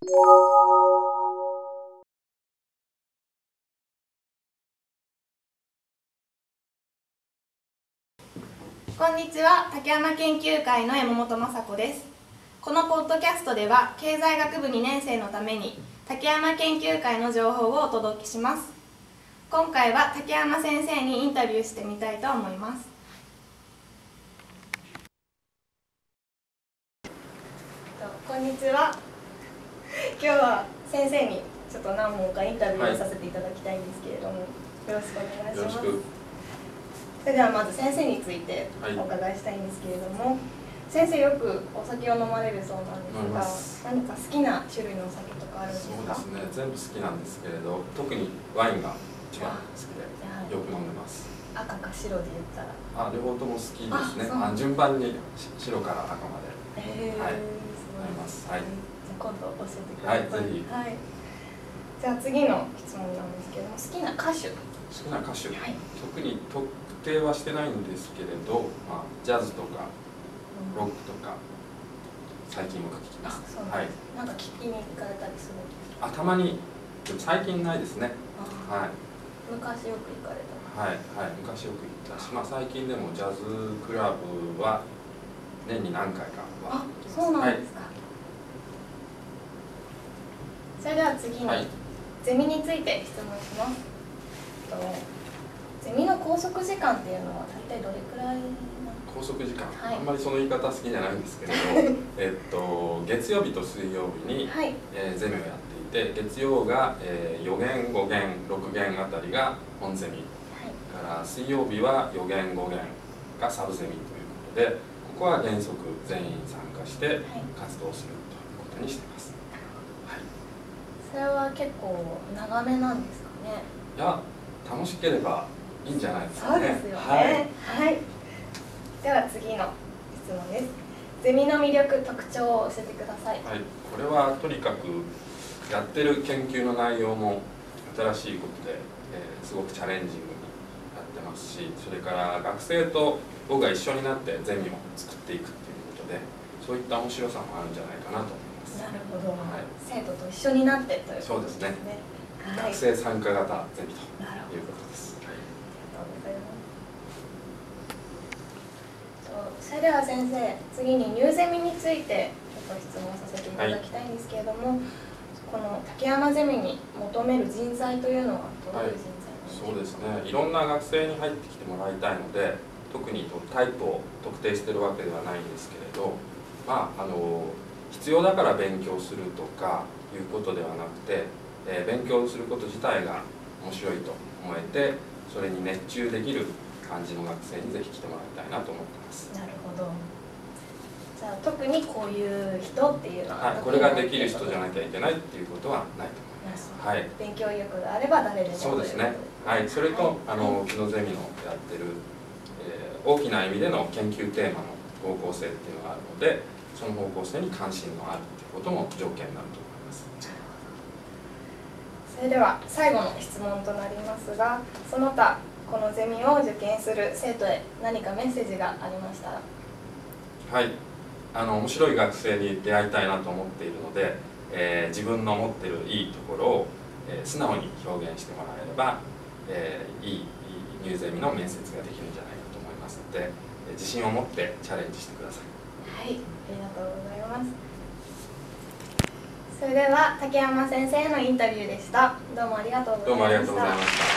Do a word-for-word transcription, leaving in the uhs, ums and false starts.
こんにちは、竹山研究会の山本雅子です。このポッドキャストでは経済学部にねん生のために竹山研究会の情報をお届けします。今回は竹山先生にインタビューしてみたいと思います。こんにちは。今日は先生にちょっと何問かインタビューをさせていただきたいんですけれども、はい、よろしくお願いします。それではまず先生についてお伺いしたいんですけれども、はい、先生よくお酒を飲まれるそうなんですが、何か好きな種類のお酒とかあるんですか？ そうですね、全部好きなんですけれど、特にワインが一番好きでよく飲んでます。 赤か白で言ったらあ、両方とも好きですね。あ、順番に白から赤まで、 えー、はい、 飲みます。はい、 じゃあ今度教えてください。 はい、ぜひ。 はい、じゃあ次の質問なんですけれども、好きな歌手。 好きな歌手、はい、特に特定はしてないんですけれど、まあ、ジャズとかロックとか最近よく聞きます。 はい。なんか聞きに行かれたりするんですか？ あ、たまに。最近ないですね。はい。 昔よく行かれた。 はいはい。昔よく行ったし、まあ最近でもジャズクラブは年に何回かは行きます。あ、そうなんですか。はい、 それでは次に、はい、ゼミについて質問します。ゼミの拘束時間っていうのは大体どれくらい？ 拘束時間、 はい、 あんまりその言い方好きじゃないんですけれどえっと月曜日と水曜日に、はい、えー、ゼミをやっていて、月曜が、えー、よ限ご限ろく限あたりが本ゼミ、はい、から水曜日はよ限ご限がサブゼミということで、ここは原則全員参加して活動するということにしています。はい、 それは結構長めなんですかね？ いや、楽しければいいんじゃないですかね。 そうですよね。はい。はい、では次の質問です。ゼミの魅力、特徴を教えてください。 はい。これはとにかくやってる研究の内容も新しいことで、えー、すごくチャレンジングにやってますし、それから学生と僕が一緒になってゼミを作っていくっていうことで、そういった面白さもあるんじゃないかなと思います。 なるほど。はい、生徒と一緒になってということですね。 そうですね。はい、学生参加型ゼミということです。はい、 ありがとうございます。それでは先生、次にニューゼミについてちょっと質問させていただきたいんですけれども、はい、この竹山ゼミに求める人材というのはどういう人材なんですか？ はい、そうですね。いろんな学生に入ってきてもらいたいので、特にタイプを特定しているわけではないんですけれど、まああの必要だから勉強するとかいうことではなくて、えー、勉強すること自体が面白いと思えて、それに熱中できる感じの学生にぜひ来てもらいたいなと思ってます。 なるほど。じゃあ特にこういう人っていうのは、 はい、これができる人じゃなきゃいけないっていうことはないと思います。はい、 勉強意欲があれば誰でも。 そうですね。はい、それと、はい、あのうちのゼミのやってる、えー、大きな意味での研究テーマの方向性っていうのがあるので、その方向性に関心のあるっていうことも条件になると思います。 それでは最後の質問となりますが、その他このゼミを受験する生徒へ何かメッセージがありましたら。 はい、あの面白い学生に出会いたいなと思っているので、えー、自分の持っているいいところを、えー、素直に表現してもらえれば、えー、いい、いいニューゼミの面接ができるんじゃないかと思いますので、えー、自信を持ってチャレンジしてください。 はい、ありがとうございます。それでは竹山先生のインタビューでした。どうもありがとうございました。 どうもありがとうございました。